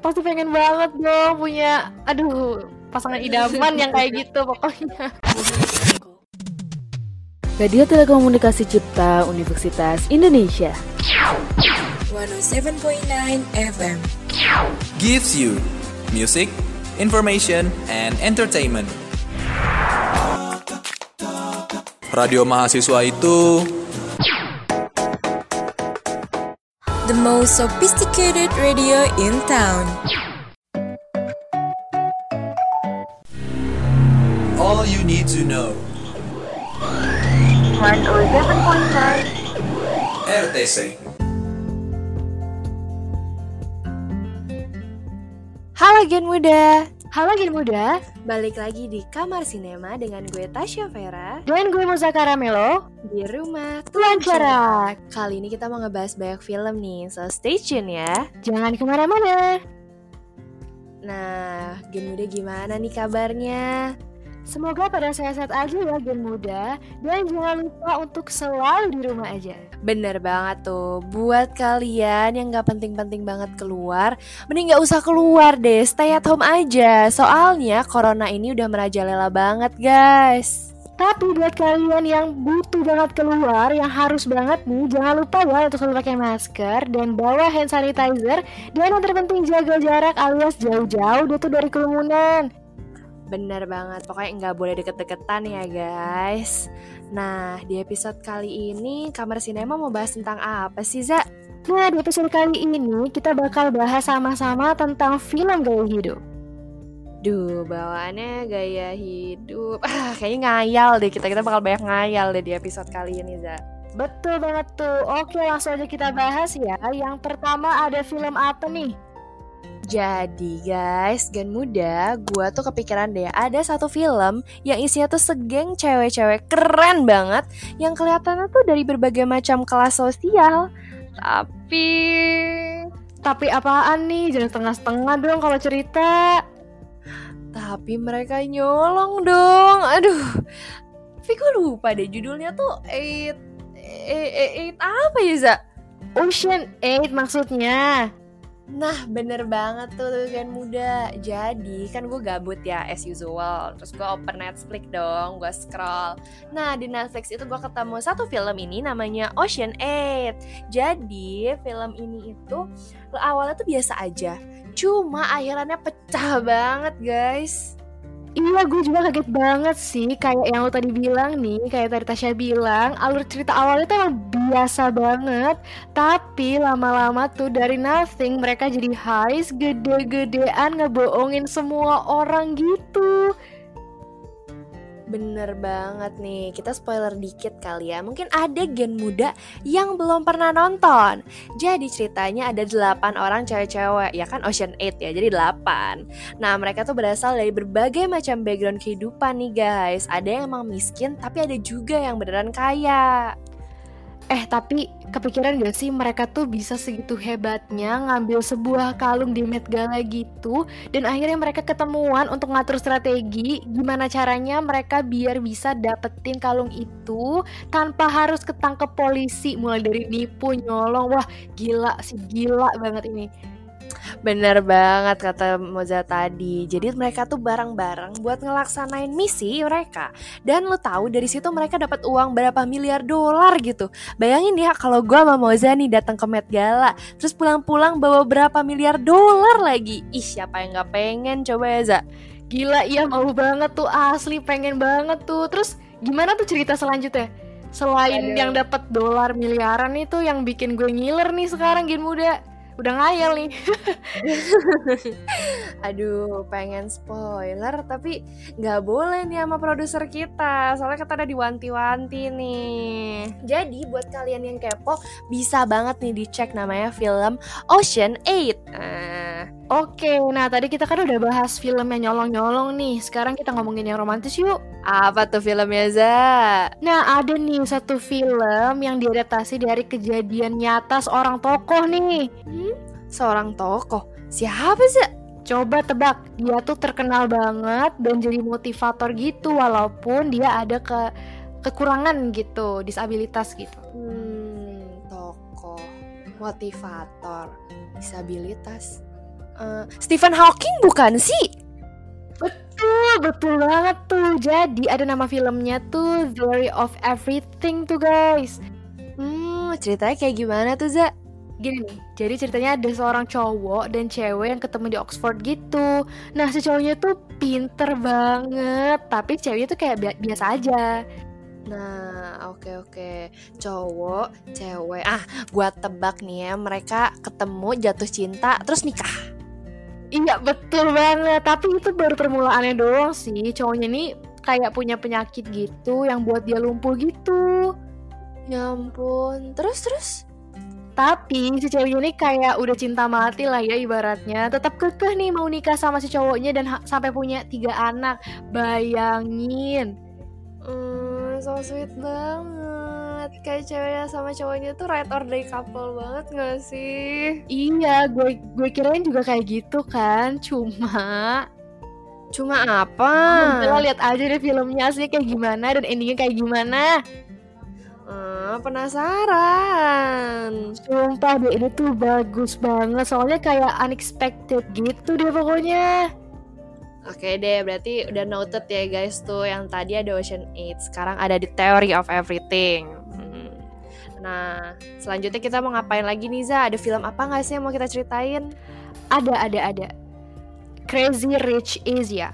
pasti pengen banget dong punya, pasangan idaman yang kayak gitu pokoknya. Radio Telekomunikasi Cipta Universitas Indonesia 107.9 FM gives you music, information, and entertainment. Radio mahasiswa itu the most sophisticated radio in town. all you need to know. 107.9 RTC. Halo Gen Muda, Halo Gen Muda, balik lagi di Kamar Sinema dengan gue Tasya Vera dan gue Muzakara Melo di rumah Tuan Jarak. Kali ini kita mau ngebahas banyak film nih, so stay tune ya. Jangan kemana-mana. Nah, Gen Muda gimana nih kabarnya? Semoga pada sehat-sehat aja ya Gen Muda. Dan jangan lupa untuk selalu di rumah aja. Bener banget tuh, buat kalian yang gak penting-penting banget keluar, mending gak usah keluar deh, stay at home aja. Soalnya corona ini udah merajalela banget guys. Tapi buat kalian yang butuh banget keluar, yang harus banget nih, jangan lupa ya untuk selalu pakai masker dan bawa hand sanitizer. Dan yang terpenting jaga jarak alias jauh-jauh deh tuh dari kerumunan. Bener banget, pokoknya nggak boleh deket-deketan ya guys. Nah, di episode kali ini Kamar Sinema mau bahas tentang apa sih, Za? Nah, di episode kali ini kita bakal bahas sama-sama tentang film gaya hidup. Duh, bawaannya gaya hidup. Kayaknya ngayal deh, kita bakal banyak ngayal deh di episode kali ini, Za. Betul banget tuh. Oke, langsung aja kita bahas ya. Yang pertama ada film apa nih? Jadi guys, Gen Muda, gua tuh kepikiran deh ada satu film yang isinya tuh segeng cewek-cewek keren banget, yang kelihatannya tuh dari berbagai macam kelas sosial. Tapi apaan nih? Jangan setengah-setengah dong kalau cerita. Tapi mereka nyolong dong. Aduh, tapi gue lupa deh judulnya tuh Eight apa ya, Za? Ocean 8 maksudnya. Nah bener banget tuh Gen Muda. Jadi kan gue gabut ya as usual, terus gue open Netflix dong, gue scroll. Nah di Netflix itu gue ketemu satu film ini namanya Ocean 8. Jadi film ini itu awalnya tuh biasa aja, cuma akhirannya pecah banget guys. Iya, gue juga kaget banget sih. Kayak yang lo tadi bilang nih, kayak tadi Tasya bilang, alur cerita awalnya tuh emang biasa banget. Tapi lama-lama tuh dari nothing mereka jadi highs, gede-gedean ngebohongin semua orang gitu. Bener banget nih, kita spoiler dikit kali ya. Mungkin ada Gen Muda yang belum pernah nonton. Jadi ceritanya ada 8 orang cewek-cewek, ya kan Ocean 8 ya, jadi 8. Nah mereka tuh berasal dari berbagai macam background kehidupan nih guys. Ada yang emang miskin, tapi ada juga yang beneran kaya. Tapi kepikiran gak sih mereka tuh bisa segitu hebatnya ngambil sebuah kalung di Met Gala gitu, dan akhirnya mereka ketemuan untuk ngatur strategi gimana caranya mereka biar bisa dapetin kalung itu tanpa harus ketangkep polisi, mulai dari nipu, nyolong. Wah gila sih, gila banget ini. Bener banget kata Moza tadi. Jadi mereka tuh bareng-bareng buat ngelaksanain misi mereka. Dan lo tahu dari situ mereka dapat uang berapa miliar dolar gitu. Bayangin ya kalau gue sama Moza nih datang ke Met Gala, terus pulang-pulang bawa berapa miliar dolar lagi. Ih siapa yang gak pengen, coba ya Za. Gila, iya mau banget tuh, asli pengen banget tuh. Terus gimana tuh cerita selanjutnya? Selain yang dapat dolar miliaran itu, yang bikin gue ngiler nih sekarang Gen Muda. Udah ngayal nih. Aduh pengen spoiler tapi gak boleh nih sama produser kita, soalnya kita udah diwanti-wanti nih. Jadi buat kalian yang kepo bisa banget nih dicek, namanya film Ocean 8. Oke, nah tadi kita kan udah bahas film yang nyolong-nyolong nih. Sekarang kita ngomongin yang romantis yuk. Apa tuh filmnya Za? Nah ada nih satu film yang diadaptasi dari kejadian nyata seorang tokoh nih. Seorang tokoh? Siapa sih? Coba tebak, dia tuh terkenal banget dan jadi motivator gitu, walaupun dia ada kekurangan gitu, disabilitas gitu. Tokoh, motivator, disabilitas. Stephen Hawking bukan sih? Betul banget tuh. Jadi ada nama filmnya tuh Theory of Everything tuh guys. Ceritanya kayak gimana tuh, Za? Gini nih, jadi ceritanya ada seorang cowok dan cewek yang ketemu di Oxford gitu. Nah si cowoknya tuh pinter banget, tapi ceweknya tuh kayak biasa aja. Nah, oke. Cowok, cewek. Gua tebak nih ya, mereka ketemu, jatuh cinta, terus nikah. Iya betul banget, tapi itu baru permulaannya doang sih. Cowoknya nih kayak punya penyakit gitu yang buat dia lumpuh gitu. Ya ampun, terus? Tapi si ceweknya ini kayak udah cinta mati lah ya ibaratnya. Tetap kekeh nih mau nikah sama si cowoknya dan sampai punya 3 anak. Bayangin. So sweet banget. Kayak ceweknya sama cowoknya tuh ride or die couple banget gak sih? Iya, gue kirain juga kayak gitu kan. Cuma apa? Udah lihat aja deh filmnya aslinya kayak gimana dan endingnya kayak gimana. Penasaran. Sumpah deh ini tuh bagus banget. Soalnya kayak unexpected gitu deh pokoknya. Oke deh, berarti udah noted ya guys tuh. Yang tadi ada Ocean 8, sekarang ada The Theory of Everything. Nah, selanjutnya kita mau ngapain lagi nih, Za? Ada film apa gak sih yang mau kita ceritain? Ada Crazy Rich Asia.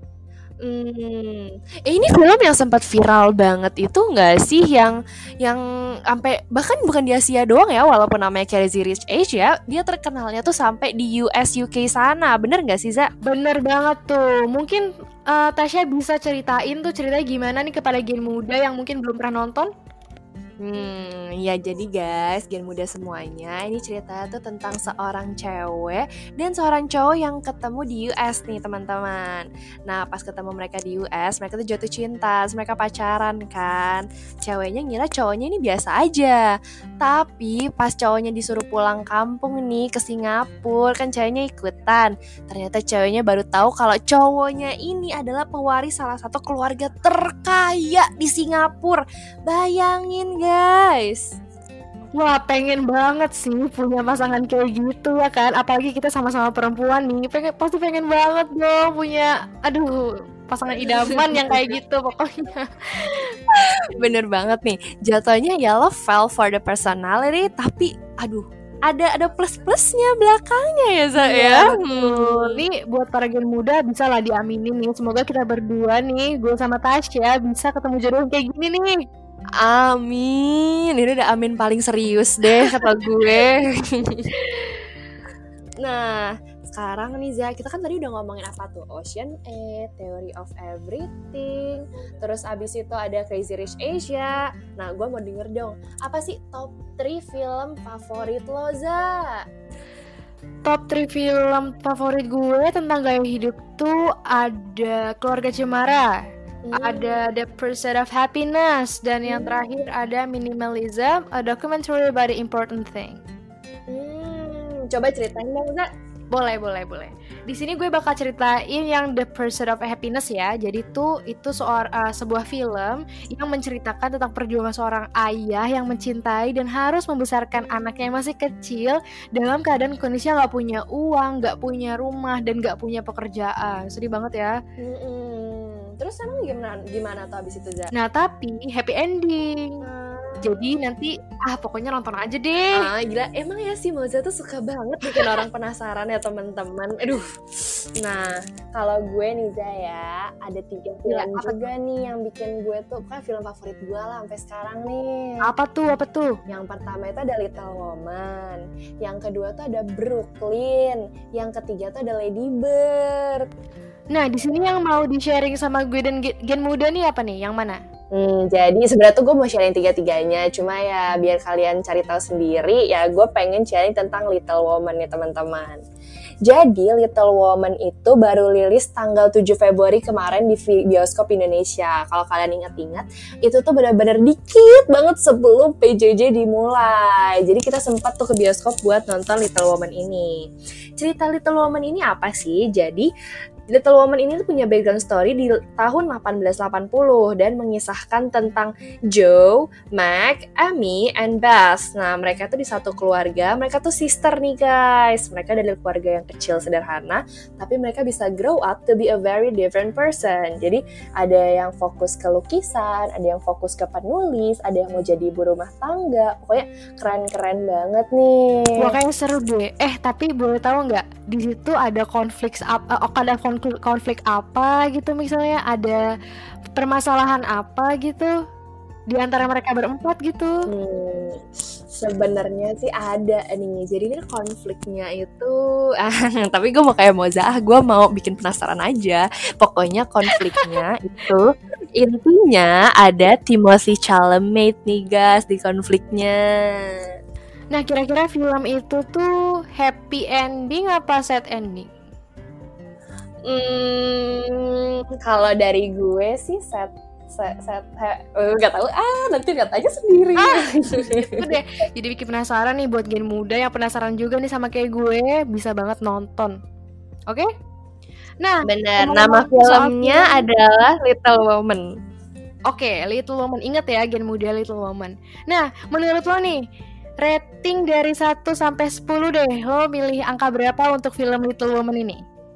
Ini film yang sempat viral banget itu nggak sih yang sampai bahkan bukan di Asia doang ya, walaupun namanya Crazy Rich Asia, dia terkenalnya tuh sampai di US UK sana, bener nggak sih, Za? Bener banget tuh. Mungkin Tasya bisa ceritain tuh ceritanya gimana nih kepada gen muda yang mungkin belum pernah nonton? Ya jadi guys, gen muda semuanya, ini ceritanya tuh tentang seorang cewek dan seorang cowok yang ketemu di US nih teman-teman. Nah pas ketemu mereka di US, mereka tuh jatuh cinta, mereka pacaran kan. Ceweknya ngira cowoknya ini biasa aja, tapi pas cowoknya disuruh pulang kampung nih ke Singapura, kan ceweknya ikutan. Ternyata ceweknya baru tahu kalau cowoknya ini adalah pewaris salah satu keluarga terkaya di Singapura. Bayangin guys. Wah pengen banget sih punya pasangan kayak gitu ya kan. Apalagi kita sama-sama perempuan nih, pasti pengen banget dong punya pasangan idaman yang kayak gitu pokoknya. Bener banget nih, jatuhnya ya love fell for the personality, tapi ada plus-plusnya belakangnya ya, Za ya. Nih buat para gen muda bisa lah diaminin nih. Semoga kita berdua nih, gue sama Tasya bisa ketemu jodoh kayak gini nih. Amin. Ini udah amin paling serius deh kata gue. Nah, sekarang nih Za, kita kan tadi udah ngomongin apa tuh? Ocean 8, Theory of Everything, terus abis itu ada Crazy Rich Asia. Nah, gue mau denger dong, apa sih top 3 film favorit lo, Za? Top 3 film favorit gue tentang gaya hidup tuh ada Keluarga Cemara, ada The Pursuit of Happiness, dan yang terakhir ada Minimalism, a documentary about the important thing. Coba ceritain dong, Za. Boleh. Di sini gue bakal ceritain yang The Pursuit of Happiness ya. Jadi itu sebuah film yang menceritakan tentang perjuangan seorang ayah yang mencintai dan harus membesarkan anaknya yang masih kecil dalam keadaan kondisinya nggak punya uang, nggak punya rumah, dan nggak punya pekerjaan. Sedih banget ya. Terus emang gimana tuh abis itu, Za? Nah tapi happy ending. Jadi nanti pokoknya nonton aja deh. Gila, emang ya si Moza tuh suka banget bikin orang penasaran ya teman-teman. Nah kalau gue nih Za ya, ada 3 film juga nih yang bikin gue tuh kan film favorit gue lah sampai sekarang nih. Apa tuh? Yang pertama itu ada Little Woman, yang kedua tuh ada Brooklyn, yang ketiga tuh ada Lady Bird. Nah di sini yang mau di-sharing sama gue dan gen muda nih apa nih? Yang mana? Jadi sebenarnya tuh gue mau sharing 3-3-nya, cuma ya biar kalian cari tahu sendiri, ya gue pengen sharing tentang Little Woman nih teman-teman. Jadi Little Woman itu baru rilis tanggal 7 Februari kemarin di bioskop Indonesia. Kalau kalian ingat-ingat, itu tuh benar-benar dikit banget sebelum PJJ dimulai. Jadi kita sempat tuh ke bioskop buat nonton Little Woman ini. Cerita Little Woman ini apa sih? Jadi Little Woman ini tuh punya background story di tahun 1880 dan mengisahkan tentang Joe, Mac, Amy, and Bess. Nah, mereka tuh di satu keluarga, mereka tuh sister nih guys. Mereka dari keluarga yang kecil sederhana, tapi mereka bisa grow up to be a very different person. Jadi ada yang fokus ke lukisan, ada yang fokus ke penulis, ada yang mau jadi ibu rumah tangga. Pokoknya keren-keren banget nih. Wah, kayaknya seru deh. Tapi boleh tahu nggak di situ ada konflik apa gitu, misalnya ada permasalahan apa gitu di antara mereka berempat gitu? Sebenarnya sih ada nih. Jadi ini konfliknya itu tapi gue mau kayak Moza, gue mau bikin penasaran aja. Pokoknya konfliknya itu intinya ada Timothée Chalamet nih guys di konfliknya. Nah, kira-kira film itu tuh happy ending apa sad ending? Kalau dari gue sih sad nggak tahu, nanti lihat aja sendiri. Itu deh, jadi bikin penasaran nih buat gen muda yang penasaran juga nih sama kayak gue, bisa banget nonton. Oke? Nah, benar, nama filmnya adalah Little Woman. Oke, Little Woman. Ingat ya, gen muda Little Woman. Nah, menurut lo nih, rating dari 1 sampai 10 deh, lo milih angka berapa untuk film Little Woman ini?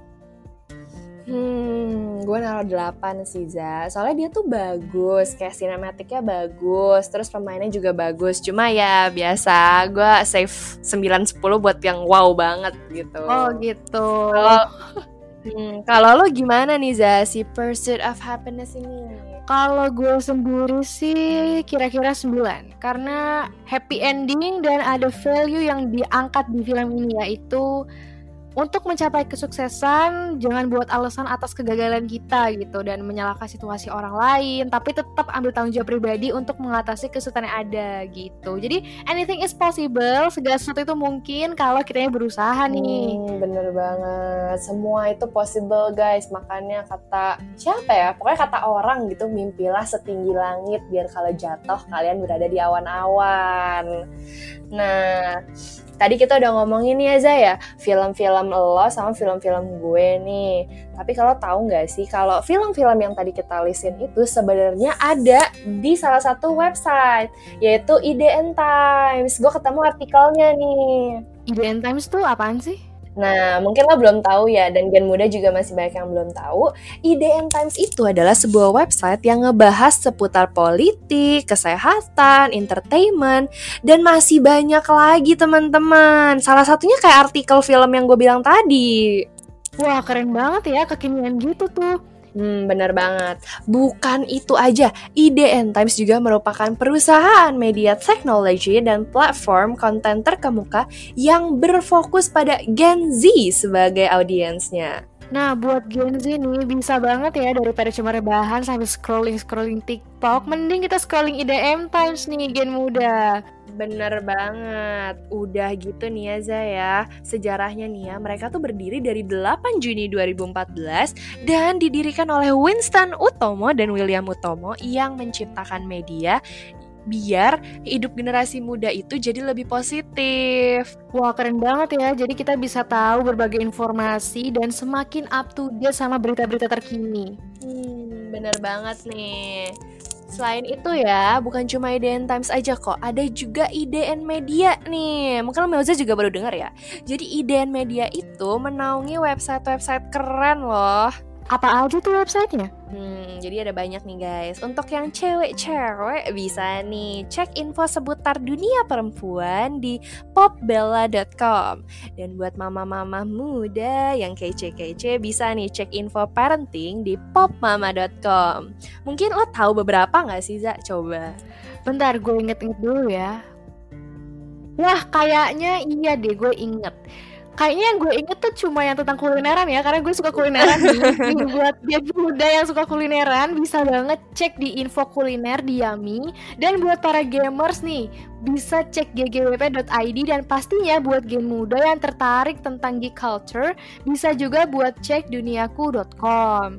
Gue naruh 8 sih, Za. Soalnya dia tuh bagus, kayak sinematiknya bagus, terus pemainnya juga bagus. Cuma ya biasa, gue save 9-10 buat yang wow banget gitu. Oh gitu. Kalau lo gimana nih, Za, si Pursuit of Happiness ini? Kalau gue sendiri sih kira-kira 9. Karena happy ending dan ada value yang diangkat di film ini, yaitu untuk mencapai kesuksesan, jangan buat alasan atas kegagalan kita gitu dan menyalahkan situasi orang lain, tapi tetap ambil tanggung jawab pribadi untuk mengatasi kesulitan yang ada gitu. Jadi anything is possible, segala sesuatu itu mungkin kalau kitanya berusaha nih. Bener banget, semua itu possible guys. Makanya kata siapa ya? Pokoknya kata orang gitu, mimpilah setinggi langit biar kalau jatuh kalian berada di awan-awan. Nah, tadi kita udah ngomongin ya Za ya, film-film lo sama film-film gue nih. Tapi kalau tahu nggak sih kalau film-film yang tadi kita listin itu sebenarnya ada di salah satu website, yaitu IDN Times. Gue ketemu artikelnya nih. IDN Times tuh apaan sih? Nah, mungkin lo belum tahu ya, dan gen muda juga masih banyak yang belum tahu. IDN Times itu adalah sebuah website yang ngebahas seputar politik, kesehatan, entertainment, dan masih banyak lagi teman-teman. Salah satunya kayak artikel film yang gue bilang tadi. Wah, keren banget ya, kekinian gitu tuh. Bener banget. Bukan itu aja, IDN Times juga merupakan perusahaan media teknologi dan platform konten terkemuka yang berfokus pada Gen Z sebagai audiensnya. Nah, buat Gen Z nih bisa banget ya, daripada cuma rebahan sambil scrolling TikTok, mending kita scrolling IDN Times nih, gen muda. Bener banget. Udah gitu nih ya Za ya, sejarahnya nih ya, mereka tuh berdiri dari 8 Juni 2014 dan didirikan oleh Winston Utomo dan William Utomo yang menciptakan media biar hidup generasi muda itu jadi lebih positif. Wah, keren banget ya, jadi kita bisa tahu berbagai informasi dan semakin up to date sama berita-berita terkini. Bener banget nih. Selain itu ya, bukan cuma IDN Times aja kok, ada juga IDN Media nih. Mungkin Melza juga baru dengar ya. Jadi IDN Media itu menaungi website-website keren loh. Apa aja tuh websitenya? Jadi ada banyak nih guys. Untuk yang cewek-cewek bisa nih cek info seputar dunia perempuan di popbella.com. Dan buat mama-mama muda yang kece-kece bisa nih cek info parenting di popmama.com. Mungkin lo tahu beberapa gak sih Za? Coba. Bentar, gue inget-inget dulu ya. Wah, kayaknya iya deh, gue inget. Kayaknya yang gue inget tuh cuma yang tentang kulineran ya, karena gue suka kulineran nih. Buat dia muda yang suka kulineran, bisa banget cek di info kuliner di Yummy. Dan buat para gamers nih, bisa cek ggwp.id. Dan pastinya buat gen muda yang tertarik tentang geek culture, bisa juga buat cek duniaku.com.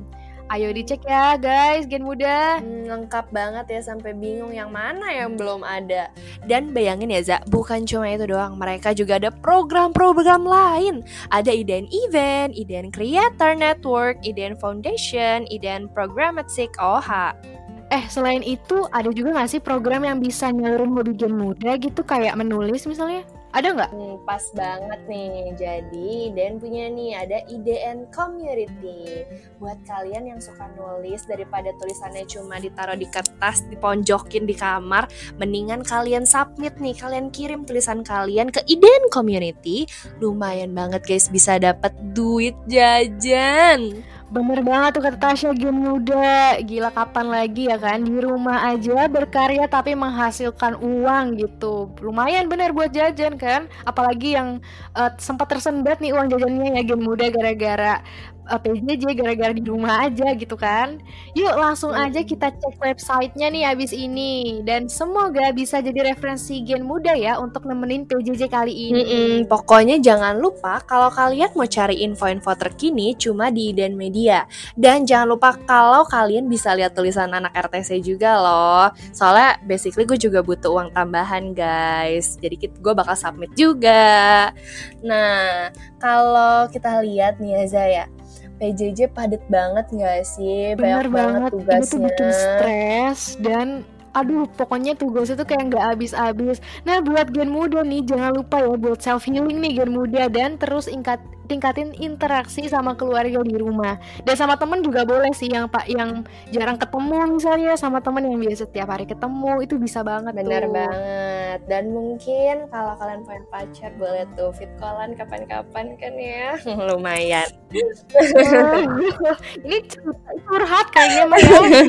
Ayo dicek ya guys, Gen Muda. Lengkap banget ya, sampai bingung yang mana yang belum ada. Dan bayangin ya Za, bukan cuma itu doang, mereka juga ada program-program lain. Ada IDN Event, IDN Creator Network, IDN Foundation, IDN Programmatic OH. Selain itu ada juga gak sih program yang bisa nyalurin hobi Gen Muda gitu, kayak menulis misalnya? Ada nggak? Pas banget nih. Jadi IDN punya nih, ada IDN Community. Buat kalian yang suka nulis, daripada tulisannya cuma ditaruh di kertas, diponjokin di kamar, mendingan kalian submit nih, kalian kirim tulisan kalian ke IDN Community. Lumayan banget guys, bisa dapat duit jajan. Bener banget tuh kata Tasya, Gen Muda. Gila, kapan lagi ya kan di rumah aja berkarya tapi menghasilkan uang gitu. Lumayan bener buat jajan kan. Apalagi yang sempat tersendat nih uang jajannya ya Gen Muda gara-gara PJJ, gara-gara di rumah aja gitu kan. Yuk langsung aja kita cek websitenya nih abis ini. Dan semoga bisa jadi referensi Gen Muda ya untuk nemenin PJJ kali ini. Pokoknya jangan lupa kalau kalian mau cari info-info terkini cuma di IDN Media. Dan jangan lupa kalau kalian bisa lihat tulisan anak RTC juga loh. Soalnya basically gue juga butuh uang tambahan guys. Jadi gue bakal submit juga. Nah, kalau kita lihat nih ya Zaya, PJJ padet banget gak sih? Bener banget tugasnya. Itu bikin stres dan aduh pokoknya tugasnya tuh kayak gak habis-habis. Nah buat Gen Muda nih jangan lupa ya buat self healing nih Gen Muda, dan terus tingkatin interaksi sama keluarga di rumah, dan sama temen juga boleh sih, yang jarang ketemu misalnya sama temen yang biasa setiap hari ketemu, itu bisa banget. Bener tuh. banget. Dan mungkin kalau kalian punya pacar boleh tuh fit callan kapan-kapan kan ya. Lumayan. Ini curhat kayaknya Mas.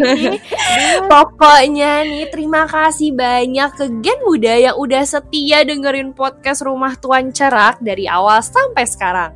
Pokoknya nih terima kasih banyak ke Gen Muda yang udah setia dengerin podcast Rumah Tuan Cerak dari awal sampai sekarang.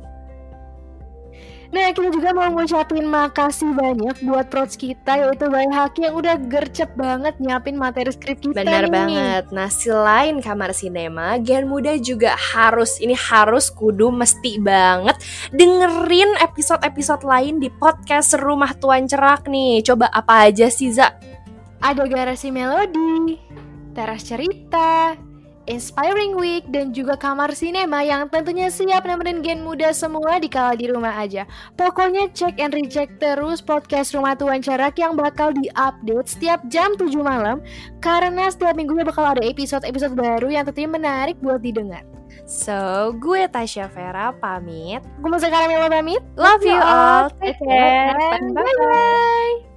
Nah, kita juga mau ngucapin makasih banyak buat prods kita, yaitu Bay Haki yang udah gercep banget nyiapin materi skrip kita. Bener nih. banget. Nah, selain Kamar Sinema, Gen Muda juga harus kudu mesti banget dengerin episode-episode lain di podcast Rumah Tuan Cerak nih. Coba apa aja sih, Za? Ada Garasi Melodi, Teras Cerita, Inspiring Week, dan juga Kamar Sinema yang tentunya siap nemenin Gen Muda semua dikala di rumah aja. Pokoknya cek and recheck terus podcast Rumah Tuan Cerak yang bakal diupdate setiap jam 7 malam, karena setiap minggunya bakal ada episode-episode baru yang tentunya menarik buat didengar. So, gue Tasya Vera pamit. Gue Musa Karamelo pamit. Love you all. Take care. Bye-bye.